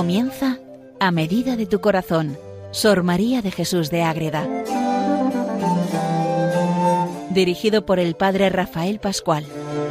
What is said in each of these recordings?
Comienza A Medida de tu Corazón, Sor María de Jesús de Ágreda. Dirigido por el Padre Rafael Pascual.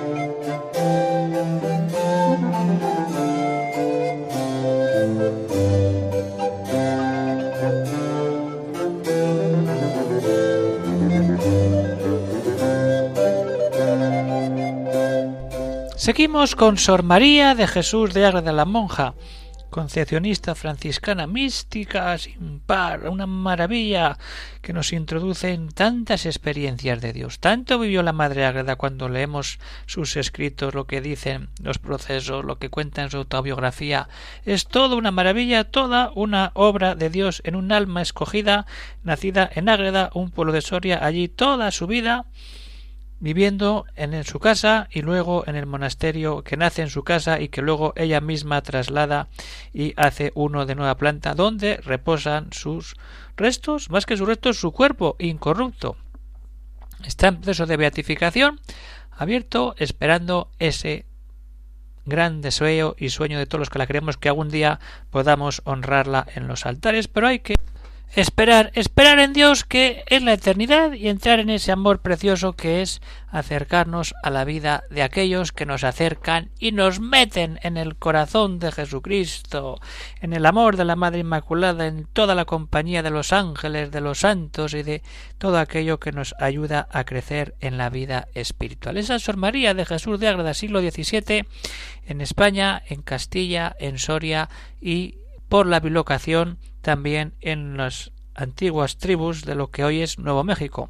Seguimos con Sor María de Jesús de Ágreda, la monja concepcionista franciscana mística sin par, una maravilla que nos introduce en tantas experiencias de Dios. Tanto vivió la Madre Ágreda cuando leemos sus escritos, lo que dicen los procesos, lo que cuenta en su autobiografía. Es toda una maravilla, toda una obra de Dios en un alma escogida, nacida en Ágreda, un pueblo de Soria, allí toda su vida, viviendo en su casa y luego en el monasterio que nace en su casa y que luego ella misma traslada y hace uno de nueva planta donde reposan sus restos, más que sus restos, su cuerpo incorrupto. Está en proceso de beatificación, abierto, esperando ese gran deseo y sueño de todos los que la queremos, que algún día podamos honrarla en los altares, pero hay que esperar en Dios, que es la eternidad, y entrar en ese amor precioso que es acercarnos a la vida de aquellos que nos acercan y nos meten en el corazón de Jesucristo, en el amor de la Madre Inmaculada, en toda la compañía de los ángeles, de los santos y de todo aquello que nos ayuda a crecer en la vida espiritual. Esa Sor María de Jesús de Ágreda, siglo XVII, en España, en Castilla, en Soria y por la bilocación también en las antiguas tribus de lo que hoy es Nuevo México.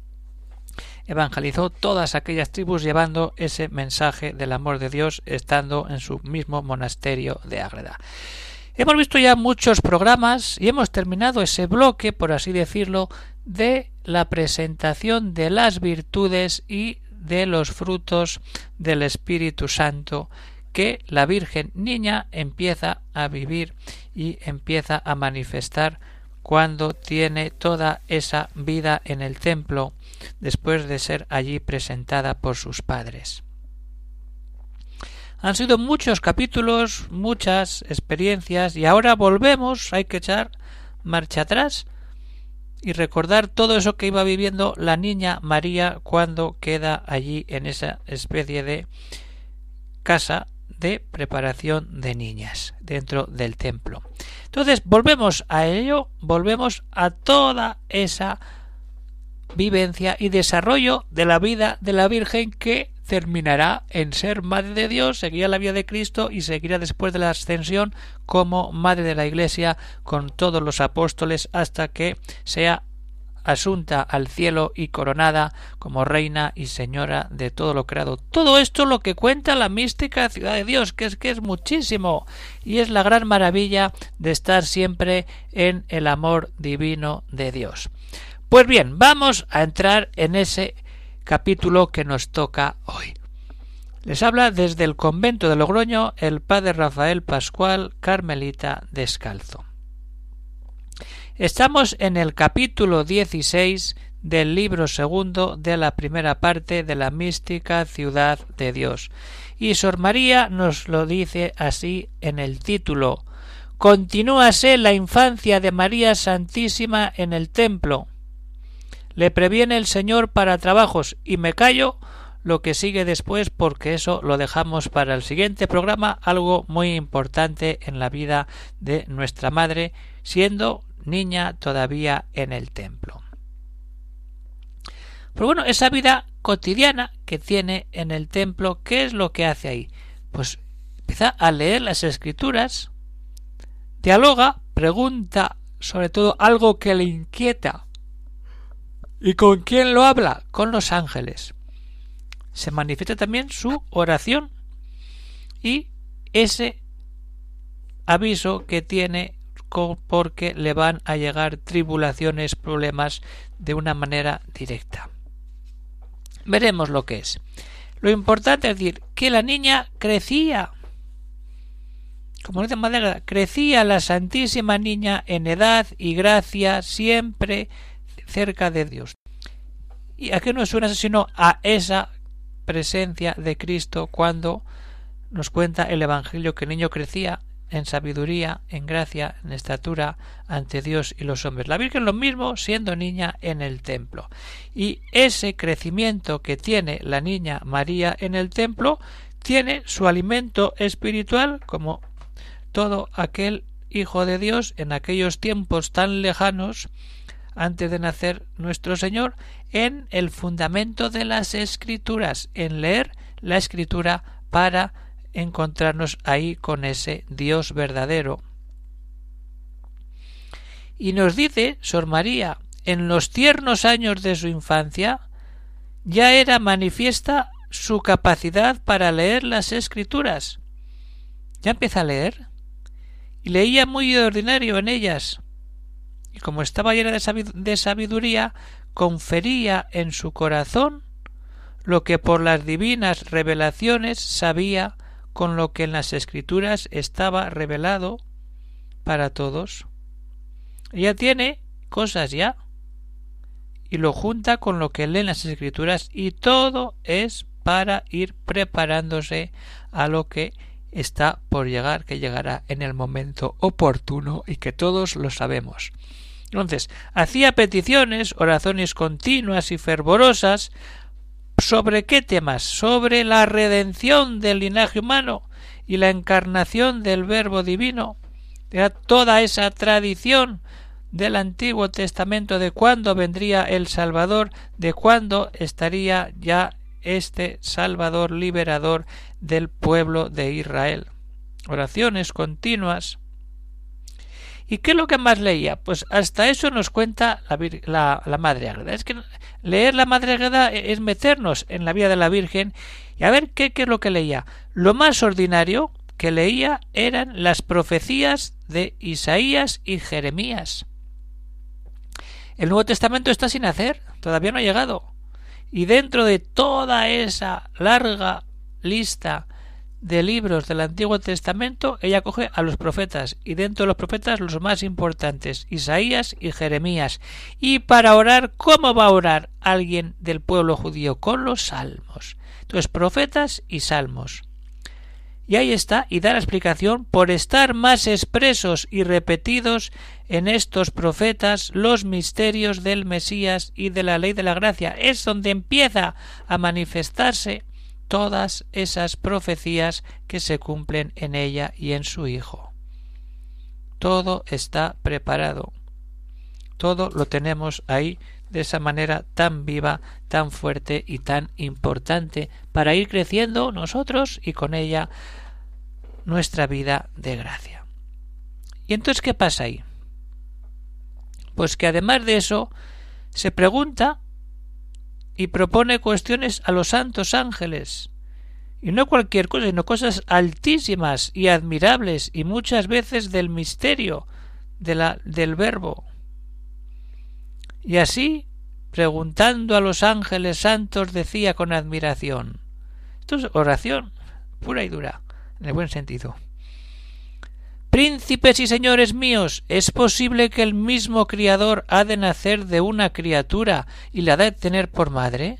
Evangelizó todas aquellas tribus llevando ese mensaje del amor de Dios, estando en su mismo monasterio de Ágreda. Hemos visto ya muchos programas y hemos terminado ese bloque, por así decirlo, de la presentación de las virtudes y de los frutos del Espíritu Santo que la Virgen Niña empieza a vivir y empieza a manifestar cuando tiene toda esa vida en el templo, después de ser allí presentada por sus padres. Han sido muchos capítulos, muchas experiencias, y ahora volvemos, hay que echar marcha atrás y recordar todo eso que iba viviendo la niña María cuando queda allí en esa especie de casa de preparación de niñas dentro del templo. Entonces volvemos a ello, volvemos a toda esa vivencia y desarrollo de la vida de la Virgen, que terminará en ser Madre de Dios, seguirá la vida de Cristo y seguirá después de la ascensión como Madre de la Iglesia con todos los apóstoles hasta que sea asunta al cielo y coronada como reina y señora de todo lo creado. Todo esto lo que cuenta la mística Ciudad de Dios, que es muchísimo, y es la gran maravilla de estar siempre en el amor divino de Dios. Pues bien, vamos a entrar en ese capítulo que nos toca hoy. Les habla desde el convento de Logroño el Padre Rafael Pascual, carmelita descalzo. Estamos en el capítulo 16 del libro segundo de la primera parte de la mística Ciudad de Dios. Y Sor María nos lo dice así en el título: Continúase la infancia de María Santísima en el templo. Le previene el Señor para trabajos, y me callo lo que sigue después porque eso lo dejamos para el siguiente programa, algo muy importante en la vida de nuestra Madre, siendo niña todavía en el templo. Pero bueno, esa vida cotidiana que tiene en el templo, ¿qué es lo que hace ahí? Pues empieza a leer las Escrituras, dialoga, pregunta sobre todo algo que le inquieta. ¿Y con quién lo habla? Con los ángeles. Se manifiesta también su oración y ese aviso que tiene porque le van a llegar tribulaciones, problemas de una manera directa. Veremos lo que es. Lo importante es decir que la niña crecía. Como dice Madre, crecía la Santísima Niña en edad y gracia, siempre cerca de Dios. ¿Y a qué nos suena eso sino a esa presencia de Cristo cuando nos cuenta el Evangelio que el niño crecía en sabiduría, en gracia, en estatura ante Dios y los hombres. La Virgen lo mismo siendo niña en el templo. Y ese crecimiento que tiene la niña María en el templo tiene su alimento espiritual como todo aquel Hijo de Dios en aquellos tiempos tan lejanos antes de nacer nuestro Señor, en el fundamento de las Escrituras, en leer la Escritura para encontrarnos ahí con ese Dios verdadero. Y nos dice Sor María, en los tiernos años de su infancia ya era manifiesta su capacidad para leer las Escrituras. Ya empieza a leer y leía muy de ordinario en ellas, y como estaba llena de sabiduría, confería en su corazón lo que por las divinas revelaciones sabía, con lo que en las Escrituras estaba revelado para todos. Ella tiene cosas ya y lo junta con lo que lee en las Escrituras, y todo es para ir preparándose a lo que está por llegar, que llegará en el momento oportuno y que todos lo sabemos. Entonces, hacía peticiones, oraciones continuas y fervorosas. ¿Sobre qué temas? Sobre la redención del linaje humano y la encarnación del Verbo divino. Era toda esa tradición del Antiguo Testamento de cuándo vendría el Salvador, de cuándo estaría ya este Salvador liberador del pueblo de Israel. Oraciones continuas. ¿Y qué es lo que más leía? Pues hasta eso nos cuenta la Madre Ágreda. Es que leer la Madre Ágreda es meternos en la vida de la Virgen y a ver qué es lo que leía. Lo más ordinario que leía eran las profecías de Isaías y Jeremías. El Nuevo Testamento está sin hacer, todavía no ha llegado. Y dentro de toda esa larga lista de libros del Antiguo Testamento, ella coge a los profetas, y dentro de los profetas los más importantes, Isaías y Jeremías. Y para orar, ¿cómo va a orar alguien del pueblo judío? Con los salmos. Entonces, profetas y salmos. Y ahí está, y da la explicación: por estar más expresos y repetidos en estos profetas los misterios del Mesías y de la ley de la gracia. Es donde empieza a manifestarse todas esas profecías que se cumplen en ella y en su Hijo. Todo está preparado. Todo lo tenemos ahí de esa manera tan viva, tan fuerte y tan importante para ir creciendo nosotros y con ella nuestra vida de gracia. ¿Y entonces qué pasa ahí? Pues que además de eso se pregunta y propone cuestiones a los santos ángeles, y no cualquier cosa, sino cosas altísimas y admirables, y muchas veces del misterio del Verbo. Y así, preguntando a los ángeles santos, decía con admiración. Esto es oración pura y dura, en el buen sentido. Príncipes y señores míos, ¿es posible que el mismo Criador ha de nacer de una criatura y la ha de tener por madre?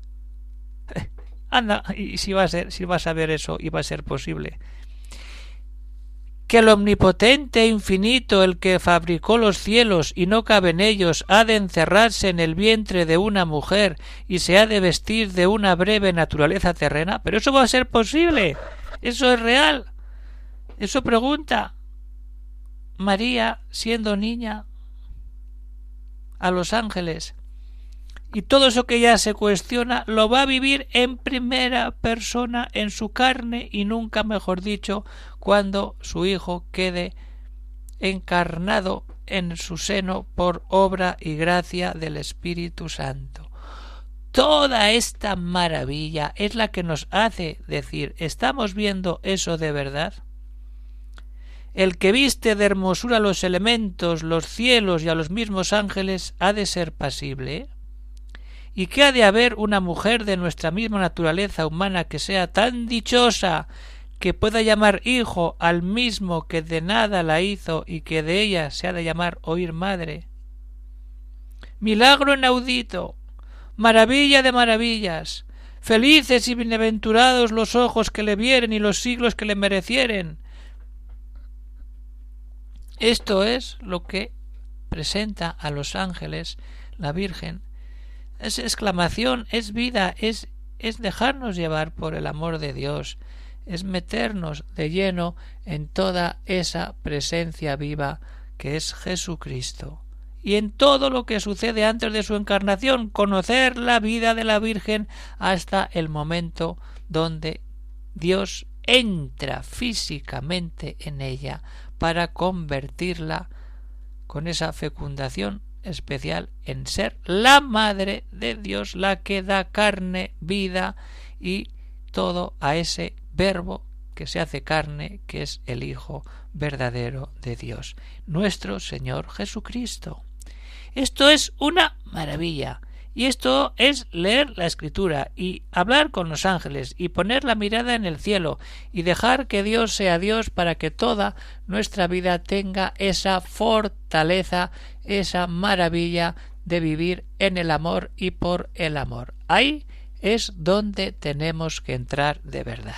Anda, y si vas a ver eso, y va a ser posible. Que el omnipotente e infinito, el que fabricó los cielos y no cabe en ellos, ha de encerrarse en el vientre de una mujer y se ha de vestir de una breve naturaleza terrena. Pero eso va a ser posible, eso es real. Eso pregunta María siendo niña a los ángeles. Y todo eso que ya se cuestiona lo va a vivir en primera persona, en su carne, y nunca mejor dicho, cuando su Hijo quede encarnado en su seno por obra y gracia del Espíritu Santo. Toda esta maravilla es la que nos hace decir: ¿estamos viendo eso de verdad? El que viste de hermosura los elementos, los cielos y a los mismos ángeles ha de ser pasible. ¿Y qué ha de haber una mujer de nuestra misma naturaleza humana que sea tan dichosa que pueda llamar hijo al mismo que de nada la hizo y que de ella se ha de llamar oír madre? Milagro inaudito, maravilla de maravillas, felices y bienaventurados los ojos que le vieren y los siglos que le merecieren. Esto es lo que presenta a los ángeles la Virgen. Es exclamación, es vida, es dejarnos llevar por el amor de Dios, es meternos de lleno en toda esa presencia viva que es Jesucristo. Y en todo lo que sucede antes de su encarnación, conocer la vida de la Virgen hasta el momento donde Dios entra físicamente en ella para convertirla con esa fecundación especial en ser la Madre de Dios, la que da carne, vida y todo a ese Verbo que se hace carne, que es el Hijo verdadero de Dios, nuestro Señor Jesucristo. Esto es una maravilla. Y esto es leer la Escritura y hablar con los ángeles y poner la mirada en el cielo y dejar que Dios sea Dios para que toda nuestra vida tenga esa fortaleza, esa maravilla de vivir en el amor y por el amor. Ahí es donde tenemos que entrar de verdad.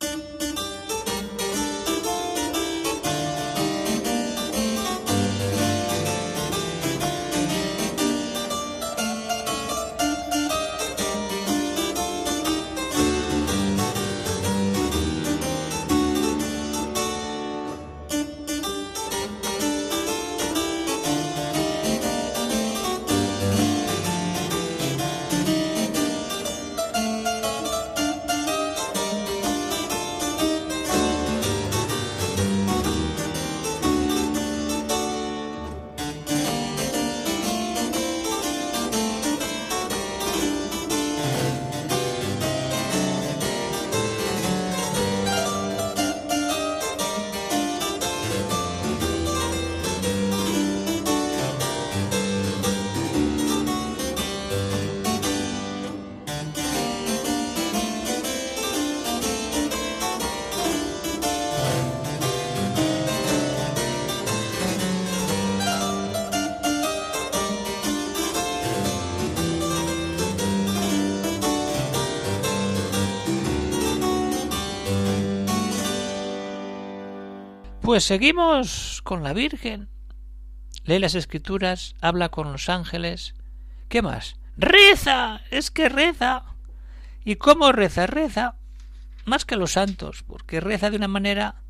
Pues seguimos con la Virgen. Lee las Escrituras, habla con los ángeles. ¿Qué más? ¡Reza! Es que reza. ¿Y cómo reza? Reza más que los santos, porque reza de una manera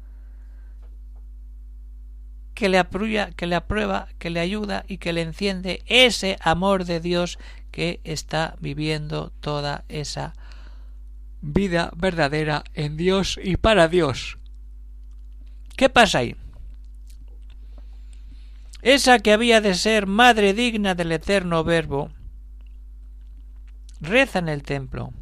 que le aprueba, que le ayuda y que le enciende ese amor de Dios que está viviendo toda esa vida verdadera en Dios y para Dios. ¿Qué pasa ahí? Esa que había de ser madre digna del eterno Verbo, reza en el templo.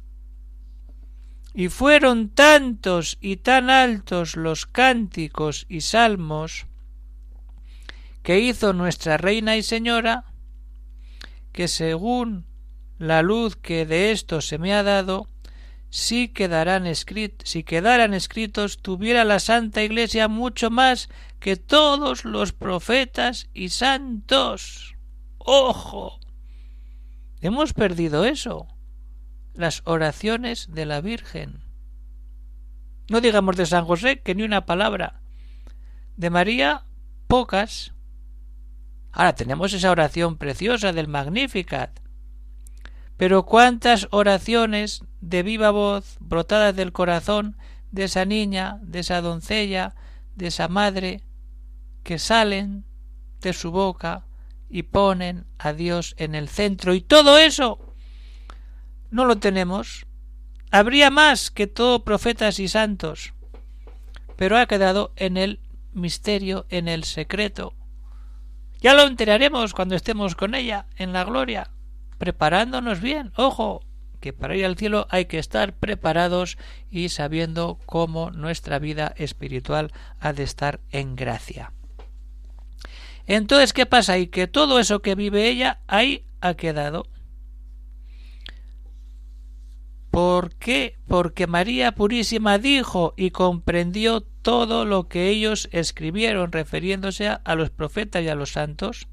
Y fueron tantos y tan altos los cánticos y salmos que hizo nuestra Reina y Señora, que según la luz que de esto se me ha dado, si quedaran escritos, tuviera la Santa Iglesia mucho más que todos los profetas y santos. ¡Ojo! Hemos perdido eso, las oraciones de la Virgen. No digamos de San José, que ni una palabra. De María, pocas. Ahora tenemos esa oración preciosa del Magnificat. Pero cuántas oraciones de viva voz, brotadas del corazón de esa niña, de esa doncella, de esa madre, que salen de su boca y ponen a Dios en el centro. Y todo eso no lo tenemos. Habría más que todo profetas y santos, pero ha quedado en el misterio, en el secreto. Ya lo enteraremos cuando estemos con ella en la gloria, preparándonos bien. Ojo, que para ir al cielo hay que estar preparados y sabiendo cómo nuestra vida espiritual ha de estar en gracia. Entonces, ¿qué pasa ahí? Que todo eso que vive ella ahí ha quedado. ¿Por qué? Porque María Purísima dijo y comprendió todo lo que ellos escribieron refiriéndose a los profetas y a los santos.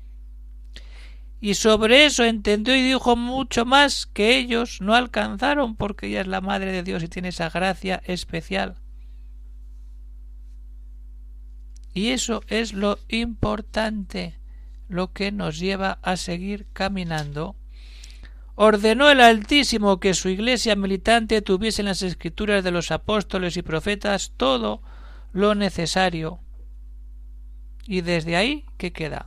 Y sobre eso entendió y dijo mucho más que ellos no alcanzaron, porque ella es la Madre de Dios y tiene esa gracia especial. Y eso es lo importante, lo que nos lleva a seguir caminando. Ordenó el Altísimo que su iglesia militante tuviese en las escrituras de los apóstoles y profetas todo lo necesario. Y desde ahí, ¿qué queda?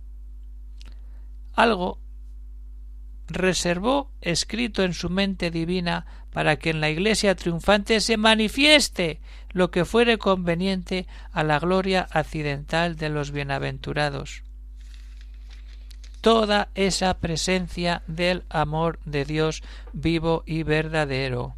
Algo reservó escrito en su mente divina para que en la iglesia triunfante se manifieste lo que fuere conveniente a la gloria accidental de los bienaventurados. Toda esa presencia del amor de Dios vivo y verdadero.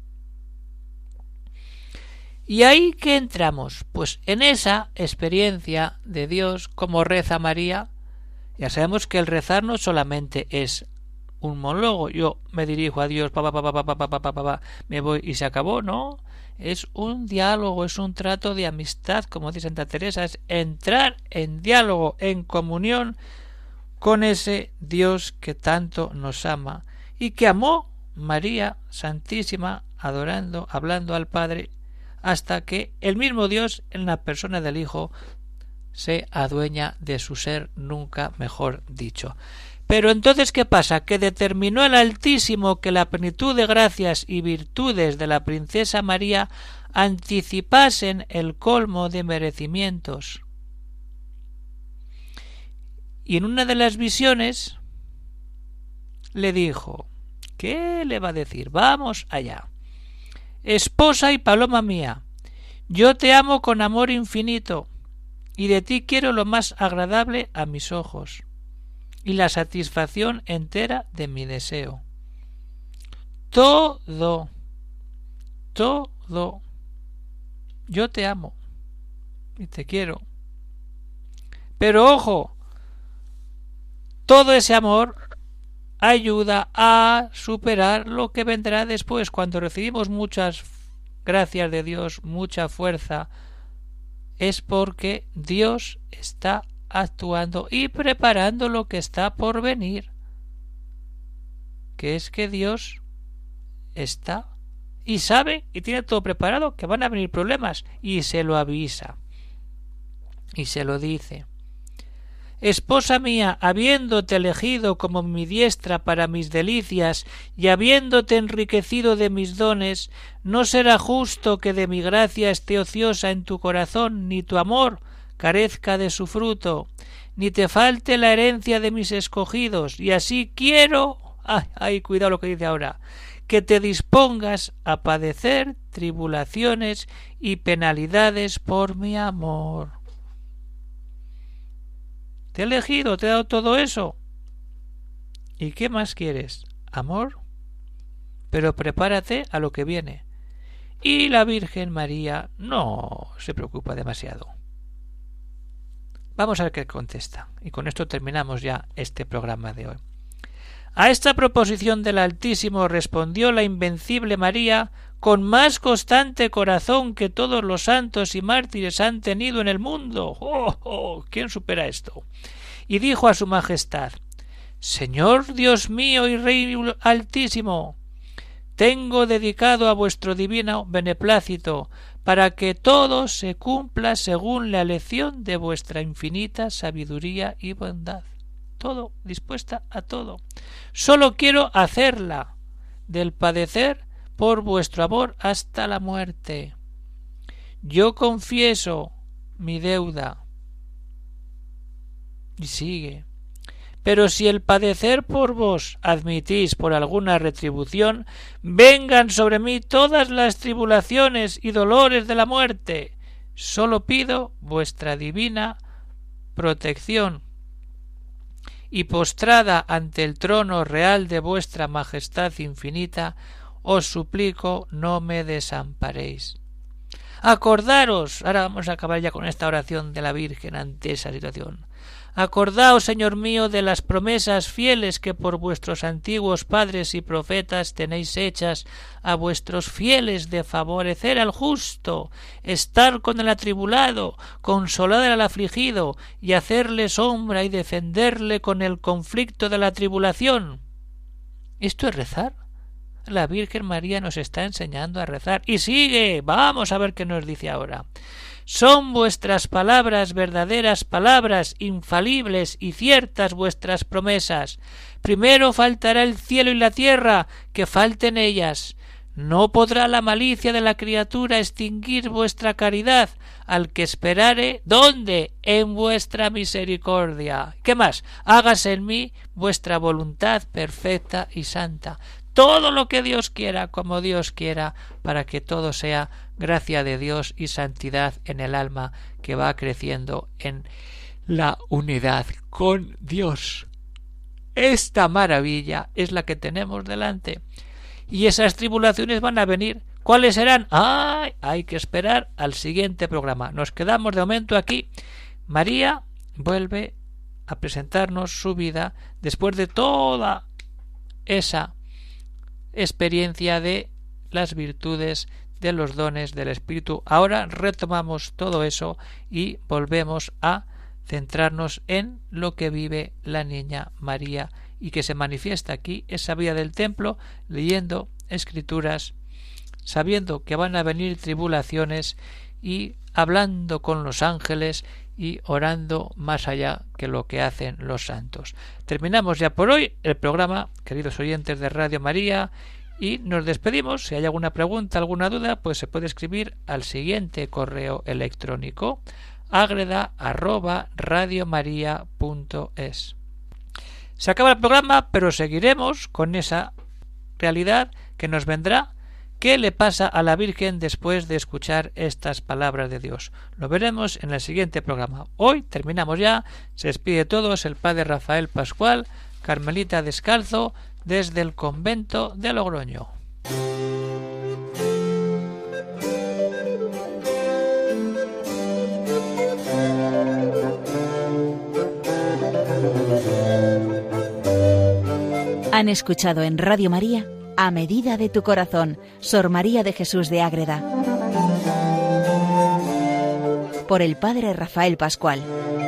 ¿Y ahí qué entramos? Pues en esa experiencia de Dios, como reza María. Ya sabemos que el rezar no solamente es un monólogo, yo me dirijo a Dios, me voy y se acabó, ¿no? Es un diálogo, es un trato de amistad, como dice Santa Teresa, es entrar en diálogo, en comunión con ese Dios que tanto nos ama y que amó María Santísima, adorando, hablando al Padre, hasta que el mismo Dios, en la persona del Hijo, se adueña de su ser, nunca mejor dicho. Pero entonces, ¿qué pasa? Que determinó el Altísimo que la plenitud de gracias y virtudes de la princesa María anticipasen el colmo de merecimientos. Y en una de las visiones le dijo, ¿qué le va a decir? Vamos allá. Esposa y paloma mía, yo te amo con amor infinito, y de ti quiero lo más agradable a mis ojos, y la satisfacción entera de mi deseo. Todo, yo te amo y te quiero. Pero ojo, todo ese amor ayuda a superar lo que vendrá después. Cuando recibimos muchas gracias de Dios, mucha fuerza, es porque Dios está actuando y preparando lo que está por venir. Que es que Dios está y sabe y tiene todo preparado, que van a venir problemas, y se lo avisa y se lo dice. Esposa mía, habiéndote elegido como mi diestra para mis delicias y habiéndote enriquecido de mis dones, no será justo que de mi gracia esté ociosa en tu corazón, ni tu amor carezca de su fruto, ni te falte la herencia de mis escogidos, y así quiero, cuidado lo que dice ahora, que te dispongas a padecer tribulaciones y penalidades por mi amor. Te he elegido, te he dado todo eso. ¿Y qué más quieres? ¿Amor? Pero prepárate a lo que viene. Y la Virgen María no se preocupa demasiado. Vamos a ver qué contesta. Y con esto terminamos ya este programa de hoy. A esta proposición del Altísimo respondió la invencible María con más constante corazón que todos los santos y mártires han tenido en el mundo. ¿Quién supera esto? Y dijo a su Majestad: Señor Dios mío y Rey Altísimo, tengo dedicado a vuestro divino beneplácito para que todo se cumpla según la elección de vuestra infinita sabiduría y bondad. Todo, dispuesta a todo. Solo quiero hacerla, del padecer por vuestro amor hasta la muerte. Yo confieso mi deuda. Y sigue. Pero si el padecer por vos admitís por alguna retribución, vengan sobre mí todas las tribulaciones y dolores de la muerte. Solo pido vuestra divina protección. Y postrada ante el trono real de vuestra majestad infinita, os suplico no me desamparéis. Acordaros, ahora vamos a acabar ya con esta oración de la Virgen ante esa situación. Acordaos, Señor mío, de las promesas fieles que por vuestros antiguos padres y profetas tenéis hechas a vuestros fieles de favorecer al justo, estar con el atribulado, consolar al afligido y hacerle sombra y defenderle con el conflicto de la tribulación. ¿Esto es rezar? La Virgen María nos está enseñando a rezar. Y sigue, vamos a ver qué nos dice ahora. Son vuestras palabras verdaderas palabras, infalibles y ciertas vuestras promesas. Primero faltará el cielo y la tierra, que falten ellas. No podrá la malicia de la criatura extinguir vuestra caridad, al que esperare, ¿dónde? En vuestra misericordia. ¿Qué más? Hágase en mí vuestra voluntad perfecta y santa. Todo lo que Dios quiera, como Dios quiera, para que todo sea gracia de Dios y santidad en el alma que va creciendo en la unidad con Dios. Esta maravilla es la que tenemos delante. Y esas tribulaciones van a venir. ¿Cuáles serán? ¡Ay! Hay que esperar al siguiente programa. Nos quedamos de momento aquí. María vuelve a presentarnos su vida después de toda esa experiencia de las virtudes, de los dones del Espíritu. Ahora retomamos todo eso y volvemos a centrarnos en lo que vive la niña María y que se manifiesta aquí, esa vida del templo, leyendo escrituras, sabiendo que van a venir tribulaciones y hablando con los ángeles y orando más allá que lo que hacen los santos. Terminamos ya por hoy el programa, queridos oyentes de Radio María, y nos despedimos. Si hay alguna pregunta, alguna duda, pues se puede escribir al siguiente correo electrónico: agreda@radiomaria.es. Se acaba el programa, pero seguiremos con esa realidad que nos vendrá. ¿Qué le pasa a la Virgen después de escuchar estas palabras de Dios? Lo veremos en el siguiente programa. Hoy terminamos ya. Se despide de todos el padre Rafael Pascual, carmelita descalzo, desde el convento de Logroño. Han escuchado en Radio María A Medida de tu Corazón, Sor María de Jesús de Ágreda, por el padre Rafael Pascual.